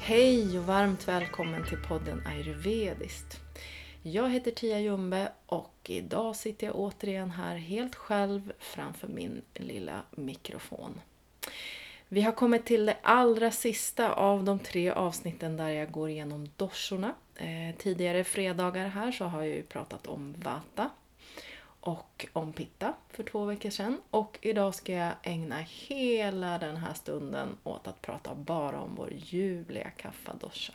Hej och varmt välkommen till podden Ayurvediskt. Jag heter Tia Jumbe och idag sitter jag återigen här helt själv framför min lilla mikrofon. Vi har kommit till det allra sista av de 3 avsnitten där jag går igenom doshorna. Tidigare fredagar här så har jag ju pratat om vata och om pitta för 2 veckor sedan. Och idag ska jag ägna hela den här stunden åt att prata bara om vår ljuvliga kapha dosha.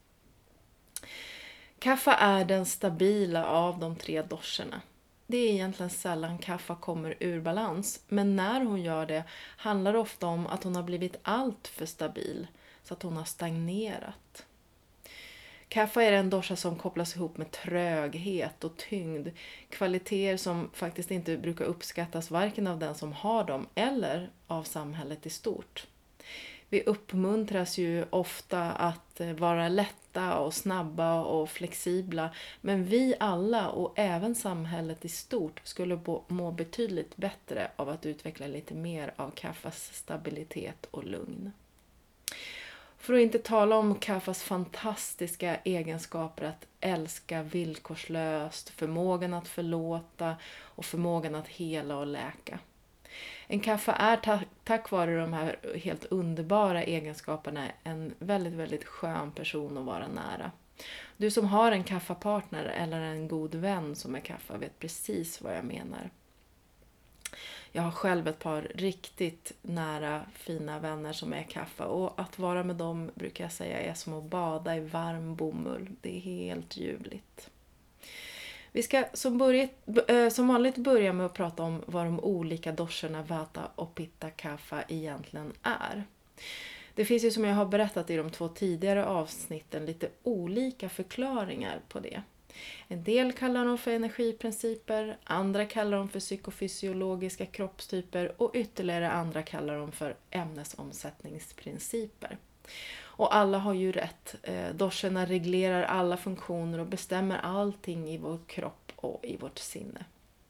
Kapha är den stabila av de 3 doshorna. Det är egentligen sällan kapha kommer ur balans, men när hon gör det handlar det ofta om att hon har blivit allt för stabil så att hon har stagnerat. Kapha är en dosha som kopplas ihop med tröghet och tyngd, kvaliteter som faktiskt inte brukar uppskattas varken av den som har dem eller av samhället i stort. Vi uppmuntras ju ofta att vara lätta och snabba och flexibla, men vi alla och även samhället i stort skulle må betydligt bättre av att utveckla lite mer av kaphas stabilitet och lugn. För att inte tala om kaphas fantastiska egenskaper att älska villkorslöst, förmågan att förlåta och förmågan att hela och läka. En kapha är tack vare de här helt underbara egenskaperna en väldigt, väldigt skön person att vara nära. Du som har en kapha-partner eller en god vän som är kapha vet precis vad jag menar. Jag har själv ett par riktigt nära fina vänner som är kapha och att vara med dem brukar jag säga är som att bada i varm bomull. Det är helt ljuvligt. Vi ska som vanligt börja med att prata om vad de olika doshorna vata och pitta kapha egentligen är. Det finns ju som jag har berättat i de 2 tidigare avsnitten lite olika förklaringar på det. En del kallar dem för energiprinciper, andra kallar dem för psykofysiologiska kroppstyper och ytterligare andra kallar dem för ämnesomsättningsprinciper. Och alla har ju rätt. Doshorna reglerar alla funktioner och bestämmer allting i vår kropp och i vårt sinne.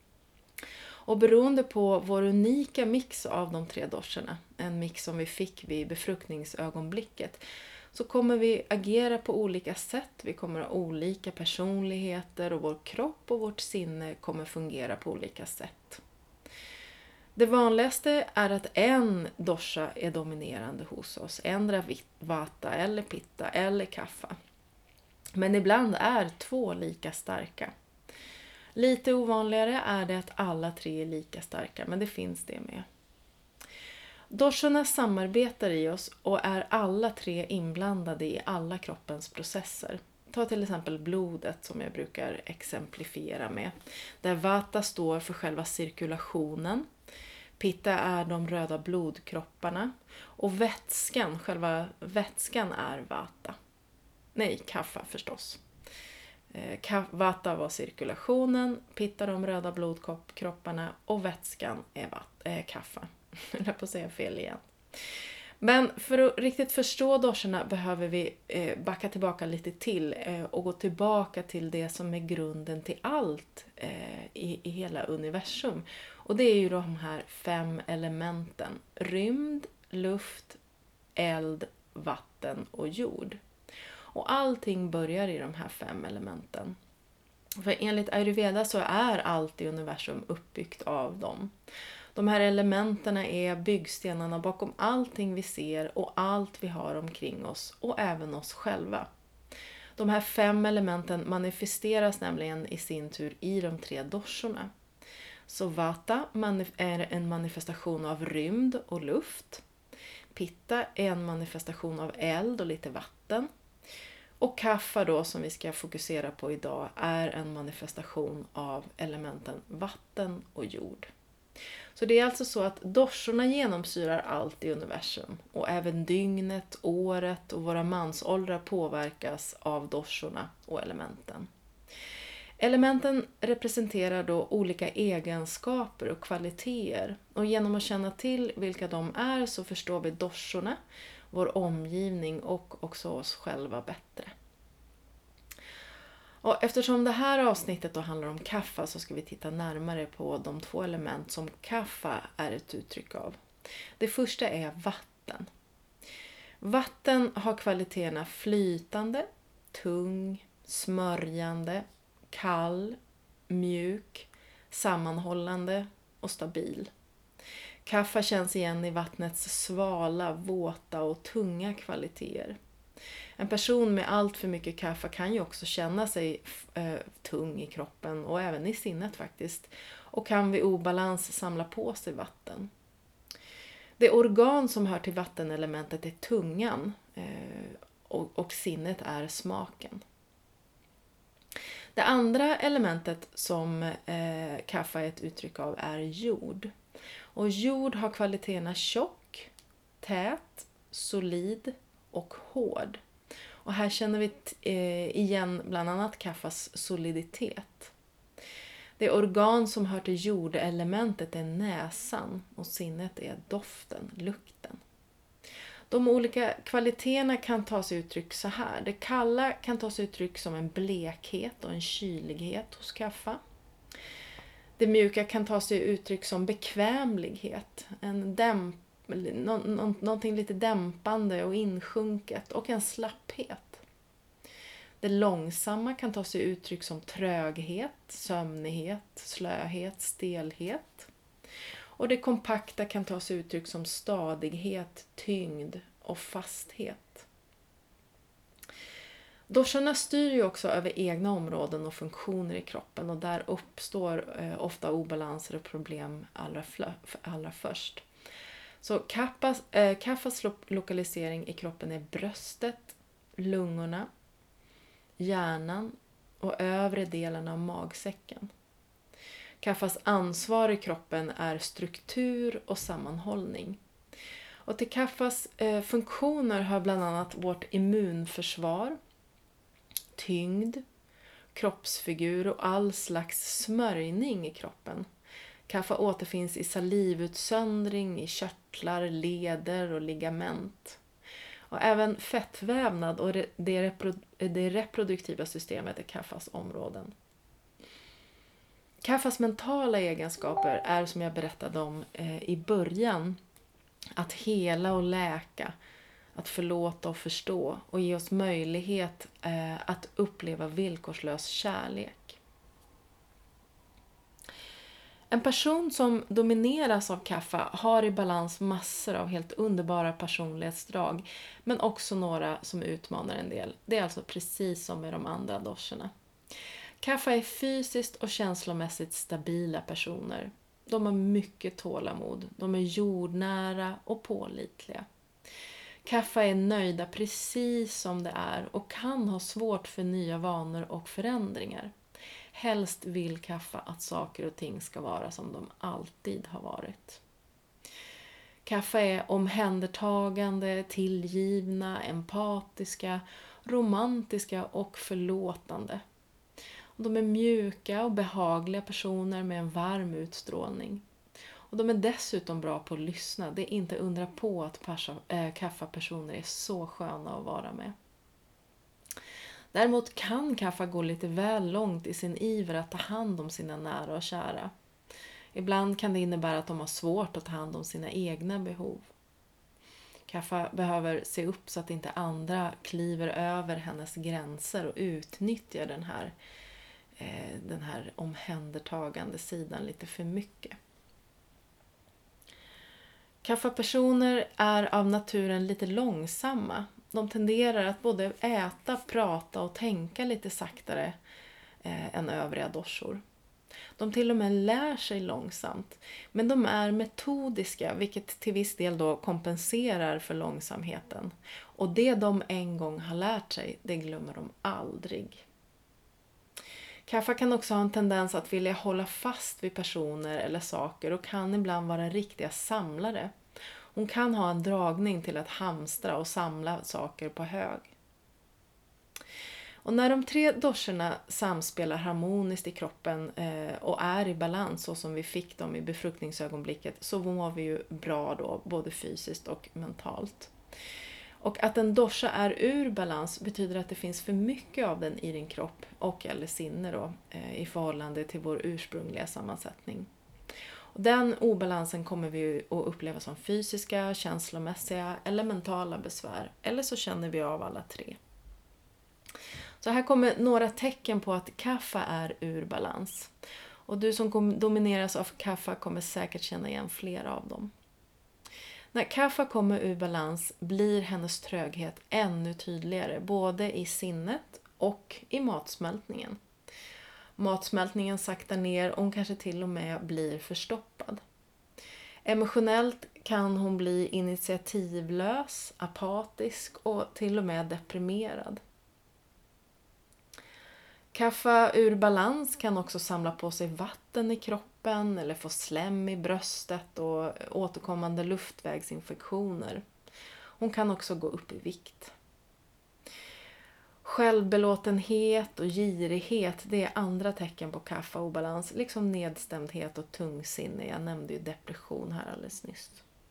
Och beroende på vår unika mix av de 3 doshorna, en mix som vi fick vid befruktningsögonblicket, så kommer vi agera på olika sätt. Vi kommer ha olika personligheter och vår kropp och vårt sinne kommer fungera på olika sätt. Det vanligaste är att en dosha är dominerande hos oss, ändra vata eller pitta eller kapha. Men ibland är 2 lika starka. Lite ovanligare är det att alla 3 är lika starka, men det finns det med. Doshorna samarbetar i oss och är alla 3 inblandade i alla kroppens processer. Ta till exempel blodet som jag brukar exemplifiera med. Där vata står för själva cirkulationen. Pitta är de röda blodkropparna. Och vätskan, själva vätskan är vata. Nej, kapha förstås. Vata var cirkulationen, pitta de röda blodkropparna och vätskan är kapha. Jag höll på att säga fel igen. Men för att riktigt förstå doshorna behöver vi backa tillbaka lite till och gå tillbaka till det som är grunden till allt i hela universum. Och det är ju de här 5 elementen. Rymd, luft, eld, vatten och jord. Och allting börjar i de här 5 elementen. För enligt Ayurveda så är allt i universum uppbyggt av dem. De här elementerna är byggstenarna bakom allting vi ser och allt vi har omkring oss och även oss själva. De här 5 elementen manifesteras nämligen i sin tur i de 3 doshorna. Så vata är en manifestation av rymd och luft. Pitta är en manifestation av eld och lite vatten. Och kapha då som vi ska fokusera på idag är en manifestation av elementen vatten och jord. Så det är alltså så att doshorna genomsyrar allt i universum och även dygnet, året och våra mansåldrar påverkas av doshorna och elementen. Elementen representerar då olika egenskaper och kvaliteter och genom att känna till vilka de är så förstår vi doshorna, vår omgivning och också oss själva bättre. Och eftersom det här avsnittet då handlar om kapha så ska vi titta närmare på de 2 element som kapha är ett uttryck av. Det första är vatten. Vatten har kvaliteterna flytande, tung, smörjande, kall, mjuk, sammanhållande och stabil. Kaffe känns igen i vattnets svala, våta och tunga kvaliteter. En person med allt för mycket kaffe kan ju också känna sig tung i kroppen och även i sinnet faktiskt, och kan vid obalans samla på sig vatten. Det organ som hör till vattenelementet är tungan och sinnet är smaken. Det andra elementet som kaffe är ett uttryck av är jord. Och jord har kvaliteterna tjock, tät, solid och hård. Och här känner vi igen bland annat kaffas soliditet. Det organ som hör till jordelementet är näsan och sinnet är doften, lukten. De olika kvaliteterna kan ta sig uttryck så här. Det kalla kan ta sig uttryck som en blekhet och en kylighet hos kaffa. Det mjuka kan ta sig uttryck som bekvämlighet, någonting lite dämpande och insjunket, och en slapphet. Det långsamma kan ta sig uttryck som tröghet, sömnighet, slöhet, stelhet. Och det kompakta kan ta sig uttryck som stadighet, tyngd och fasthet. Doshorna styr ju också över egna områden och funktioner i kroppen, och där uppstår ofta obalanser och problem allra först. Så kaffas lokalisering i kroppen är bröstet, lungorna, hjärnan och övre delen av magsäcken. Kaffas ansvar i kroppen är struktur och sammanhållning. Och till kaffas funktioner hör bland annat vårt immunförsvar, tyngd, kroppsfigur och all slags smörjning i kroppen. Kaffe återfinns i salivutsöndring, i körtlar, leder och ligament. Och även fettvävnad och det reproduktiva systemet är kaffas områden. Kaffas mentala egenskaper är, som jag berättade om i början, att hela och läka, att förlåta och förstå och ge oss möjlighet att uppleva villkorslös kärlek. En person som domineras av kaffe har i balans massor av helt underbara personlighetsdrag, men också några som utmanar en del. Det är alltså precis som med de andra dosherna. Kaffe är fysiskt och känslomässigt stabila personer. De har mycket tålamod, de är jordnära och pålitliga. Kaffe är nöjda precis som det är och kan ha svårt för nya vanor och förändringar. Helst vill kaffe att saker och ting ska vara som de alltid har varit. Kaffe är omhändertagande, tillgivna, empatiska, romantiska och förlåtande. De är mjuka och behagliga personer med en varm utstrålning. Och de är dessutom bra på att lyssna. Det är inte undra på att kaffapersoner är så sköna att vara med. Däremot kan kaffa gå lite väl långt i sin iver att ta hand om sina nära och kära. Ibland kan det innebära att de har svårt att ta hand om sina egna behov. Kaffa behöver se upp så att inte andra kliver över hennes gränser och utnyttjar den här omhändertagande sidan lite för mycket. Kaffapersoner är av naturen lite långsamma. De tenderar att både äta, prata och tänka lite saktare än övriga doshor. De till och med lär sig långsamt, men de är metodiska, vilket till viss del då kompenserar för långsamheten. Och det de en gång har lärt sig, det glömmer de aldrig. Kaffa kan också ha en tendens att vilja hålla fast vid personer eller saker och kan ibland vara riktiga samlare. Hon kan ha en dragning till att hamstra och samla saker på hög. Och när de 3 dosherna samspelar harmoniskt i kroppen och är i balans så som vi fick dem i befruktningsögonblicket, så mår vi ju bra då, både fysiskt och mentalt. Och att en dosha är ur balans betyder att det finns för mycket av den i din kropp och eller sinne då, i förhållande till vår ursprungliga sammansättning. Och den obalansen kommer vi att uppleva som fysiska, känslomässiga eller mentala besvär. Eller så känner vi av alla tre. Så här kommer några tecken på att kaffa är ur balans. Och du som domineras av kaffa kommer säkert känna igen flera av dem. När kaffa kommer ur balans blir hennes tröghet ännu tydligare, både i sinnet och i matsmältningen. Matsmältningen saktar ner och hon kanske till och med blir förstoppad. Emotionellt kan hon bli initiativlös, apatisk och till och med deprimerad. Kaffa ur balans kan också samla på sig vatten i kroppen eller få slem i bröstet och återkommande luftvägsinfektioner. Hon kan också gå upp i vikt. Självbelåtenhet och girighet, det är andra tecken på kaffaobalans, liksom nedstämdhet och tungsinne. Jag nämnde ju depression här alldeles nyss.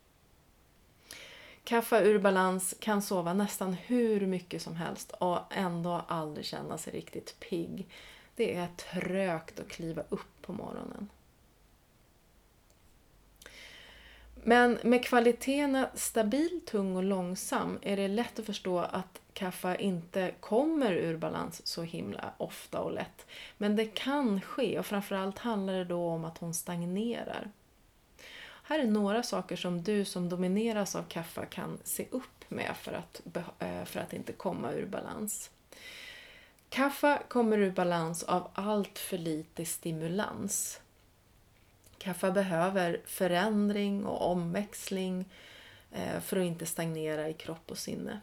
Kaffa ur balans kan sova nästan hur mycket som helst och ändå aldrig känna sig riktigt pigg. Det är trögt att kliva upp på morgonen. Men med kvaliteten stabil, tung och långsam är det lätt att förstå att kaffa inte kommer ur balans så himla ofta och lätt. Men det kan ske och framförallt handlar det då om att hon stagnerar. Här är några saker som du som domineras av kaffa kan se upp med för att inte komma ur balans. Kaffa kommer ur balans av allt för lite stimulans. Kaffa behöver förändring och omväxling för att inte stagnera i kropp och sinne.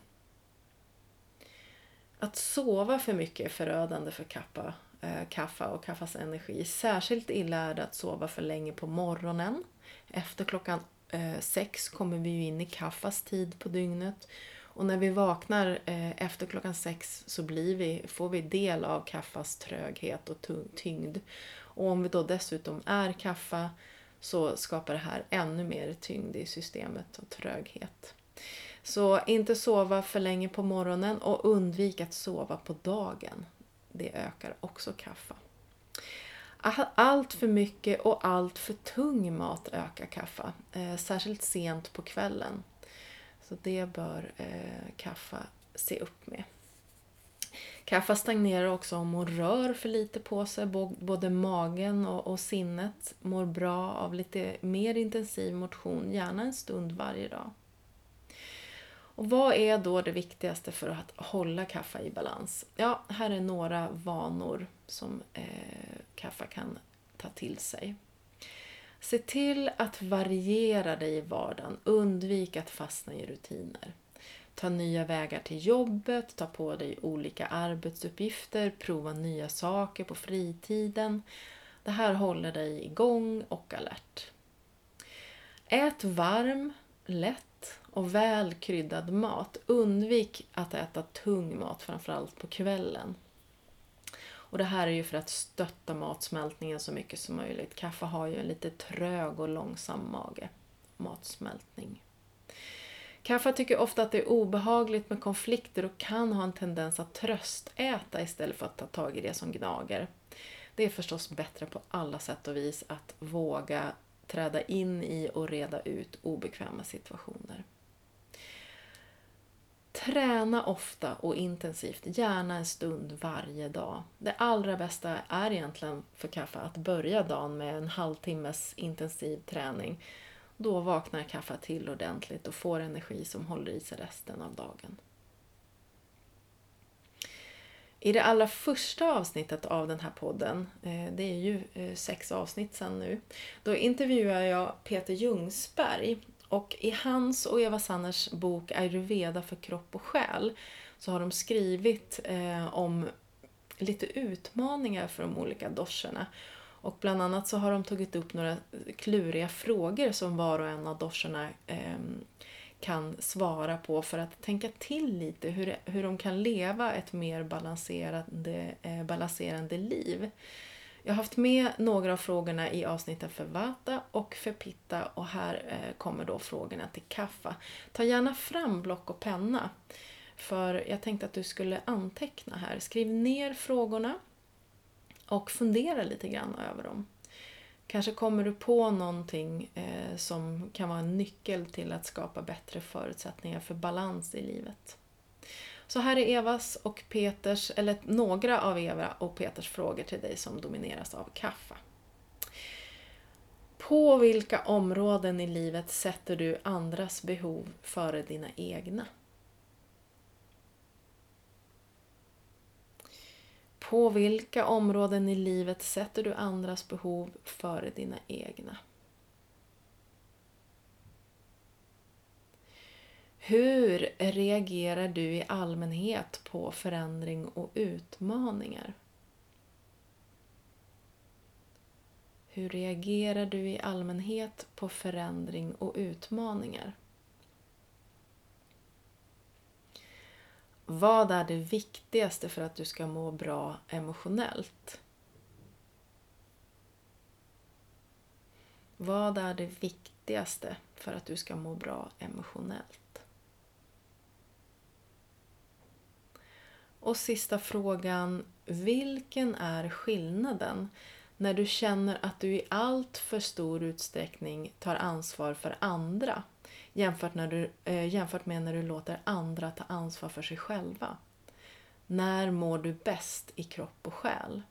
Att sova för mycket är förödande för kaffa och kaffas energi. Särskilt illa är det att sova för länge på morgonen. Efter klockan 6 kommer vi ju in i kaffas tid på dygnet. Och när vi vaknar efter klockan 6 så får vi del av kaffas tröghet och tyngd. Och om vi då dessutom är kaffa så skapar det här ännu mer tyngd i systemet och tröghet. Så inte sova för länge på morgonen och undvik att sova på dagen. Det ökar också kaffa. Allt för mycket och allt för tung mat ökar kaffa. Särskilt sent på kvällen. Så det bör kaffa se upp med. Kaffa stagnerar också om hon rör för lite på sig. Både magen och sinnet mår bra av lite mer intensiv motion. Gärna en stund varje dag. Och vad är då det viktigaste för att hålla kaffa i balans? Ja, här är några vanor som kaffa kan ta till sig. Se till att variera dig i vardagen. Undvik att fastna i rutiner. Ta nya vägar till jobbet, ta på dig olika arbetsuppgifter, prova nya saker på fritiden. Det här håller dig igång och alert. Ät varm, lätt och väl kryddad mat. Undvik att äta tung mat, framförallt på kvällen. Och det här är ju för att stötta matsmältningen så mycket som möjligt. Kaffe har ju en lite trög och långsam matsmältning. Kaffe tycker ofta att det är obehagligt med konflikter och kan ha en tendens att tröstäta istället för att ta tag i det som gnager. Det är förstås bättre på alla sätt och vis att våga träda in i och reda ut obekväma situationer. Träna ofta och intensivt, gärna en stund varje dag. Det allra bästa är egentligen för kaffe att börja dagen med en halvtimmes intensiv träning. Då vaknar kaffe till ordentligt och får energi som håller i sig resten av dagen. I det allra första avsnittet av den här podden, det är ju 6 avsnitt sedan nu, då intervjuar jag Peter Ljungsberg. Och i hans och Eva Sanners bok Ayurveda för kropp och själ så har de skrivit om lite utmaningar för de olika doshorna. Och bland annat så har de tagit upp några kluriga frågor som var och en av doshorna kan svara på för att tänka till lite hur de kan leva ett mer balanserande liv. Jag har haft med några av frågorna i avsnitten för Vata och för Pitta och här kommer då frågorna till Kapha. Ta gärna fram block och penna för jag tänkte att du skulle anteckna här. Skriv ner frågorna och fundera lite grann över dem. Kanske kommer du på någonting som kan vara en nyckel till att skapa bättre förutsättningar för balans i livet. Så här är Evas och Peters, eller några av Eva och Peters frågor till dig som domineras av kaffa. På vilka områden i livet sätter du andras behov före dina egna? På vilka områden i livet sätter du andras behov före dina egna? Hur reagerar du i allmänhet på förändring och utmaningar? Hur reagerar du i allmänhet på förändring och utmaningar? Vad är det viktigaste för att du ska må bra emotionellt? Vad är det viktigaste för att du ska må bra emotionellt? Och sista frågan, vilken är skillnaden när du känner att du i allt för stor utsträckning tar ansvar för andra jämfört med när du låter andra ta ansvar för sig själva? När mår du bäst i kropp och själ?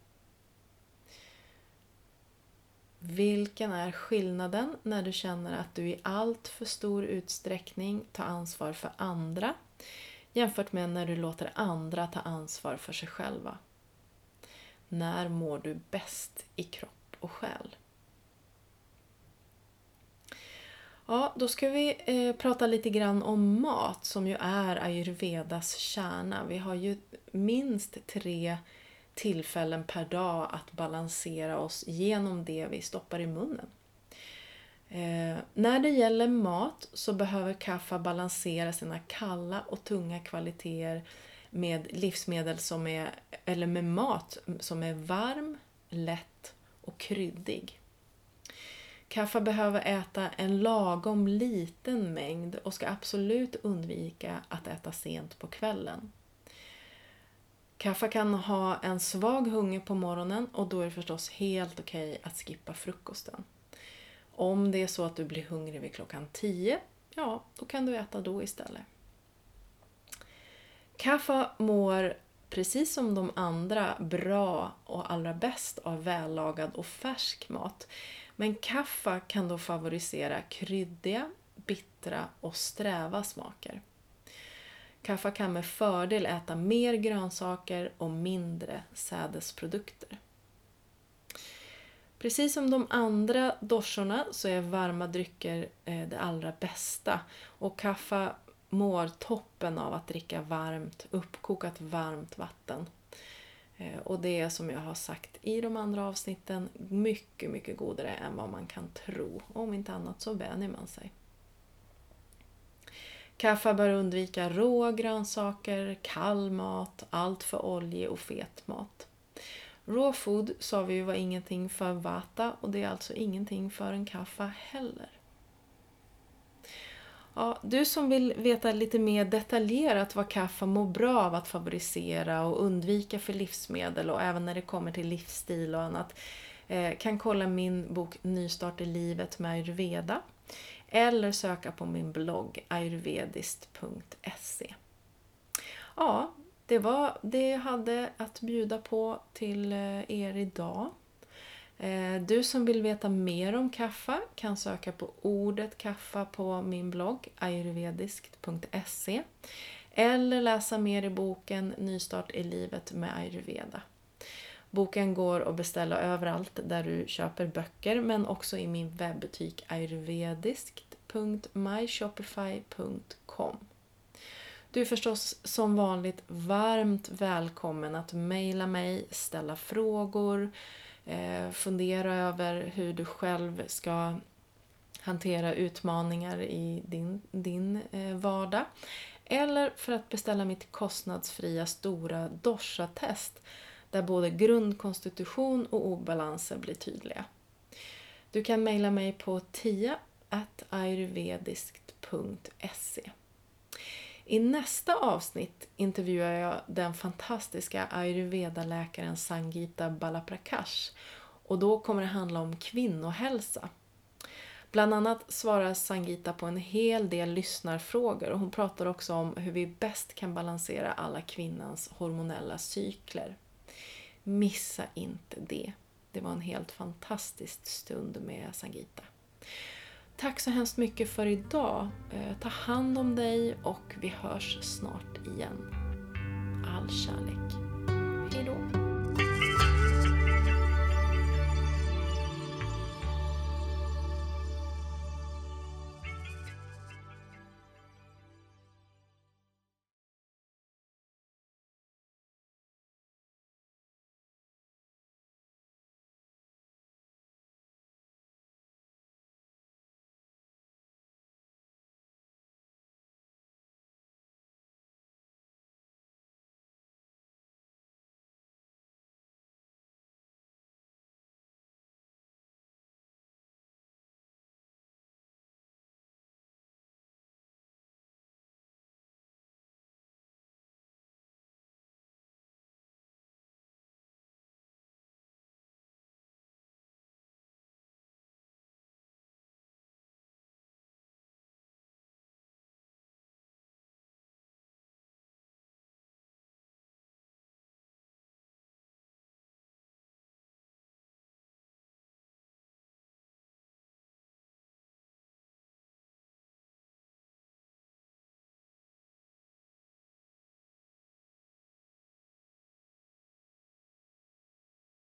Vilken är skillnaden när du känner att du i allt för stor utsträckning tar ansvar för andra jämfört med när du låter andra ta ansvar för sig själva? När mår du bäst i kropp och själ? Ja, då ska vi prata lite grann om mat som ju är ayurvedas kärna. Vi har ju minst 3 tillfällen per dag att balansera oss genom det vi stoppar i munnen. När det gäller mat så behöver kaffa balansera sina kalla och tunga kvaliteter med livsmedel med mat som är varm, lätt och kryddig. Kaffa behöver äta en lagom liten mängd och ska absolut undvika att äta sent på kvällen. Kaffa kan ha en svag hunger på morgonen och då är det förstås helt okej att skippa frukosten. Om det är så att du blir hungrig vid klockan 10, ja, då kan du äta då istället. Kaffa mår precis som de andra bra och allra bäst av vällagad och färsk mat. Men kaffa kan då favorisera kryddiga, bittra och sträva smaker. Kaffa kan med fördel äta mer grönsaker och mindre sädesprodukter. Precis som de andra doshorna så är varma drycker det allra bästa. Och kaffa mår toppen av att dricka uppkokat varmt vatten. Och det är som jag har sagt i de andra avsnitten mycket, mycket godare än vad man kan tro. Om inte annat så vänjer man sig. Kaffa bör undvika råa grönsaker, kall mat, allt för oljig och fet mat. Raw food sa vi ju var ingenting för vata och det är alltså ingenting för en kaffa heller. Ja, du som vill veta lite mer detaljerat vad kaffa mår bra av att favorisera och undvika för livsmedel och även när det kommer till livsstil och annat kan kolla min bok Nystart i livet med Ayurveda eller söka på min blogg ayurvediskt.se. Ja, det var det jag hade att bjuda på till er idag. Du som vill veta mer om kaffa kan söka på ordet kaffa på min blogg ayurvediskt.se eller läsa mer i boken Nystart i livet med Ayurveda. Boken går att beställa överallt där du köper böcker men också i min webbutik ayurvediskt.myshopify.com. Du är förstås som vanligt varmt välkommen att mejla mig, ställa frågor, fundera över hur du själv ska hantera utmaningar i din vardag. Eller för att beställa mitt kostnadsfria stora dosha-test där både grundkonstitution och obalanser blir tydliga. Du kan mejla mig på tia@ayurvediskt.se. I nästa avsnitt intervjuar jag den fantastiska ayurveda-läkaren Sangeeta Balaprakash Och då kommer det handla om kvinnohälsa. Bland annat svarar Sangeeta på en hel del lyssnarfrågor och hon pratar också om hur vi bäst kan balansera alla kvinnans hormonella cykler. Missa inte det. Det var en helt fantastisk stund med Sangeeta. Tack så hemskt mycket för idag. Ta hand om dig och vi hörs snart igen. All kärlek. Hej då!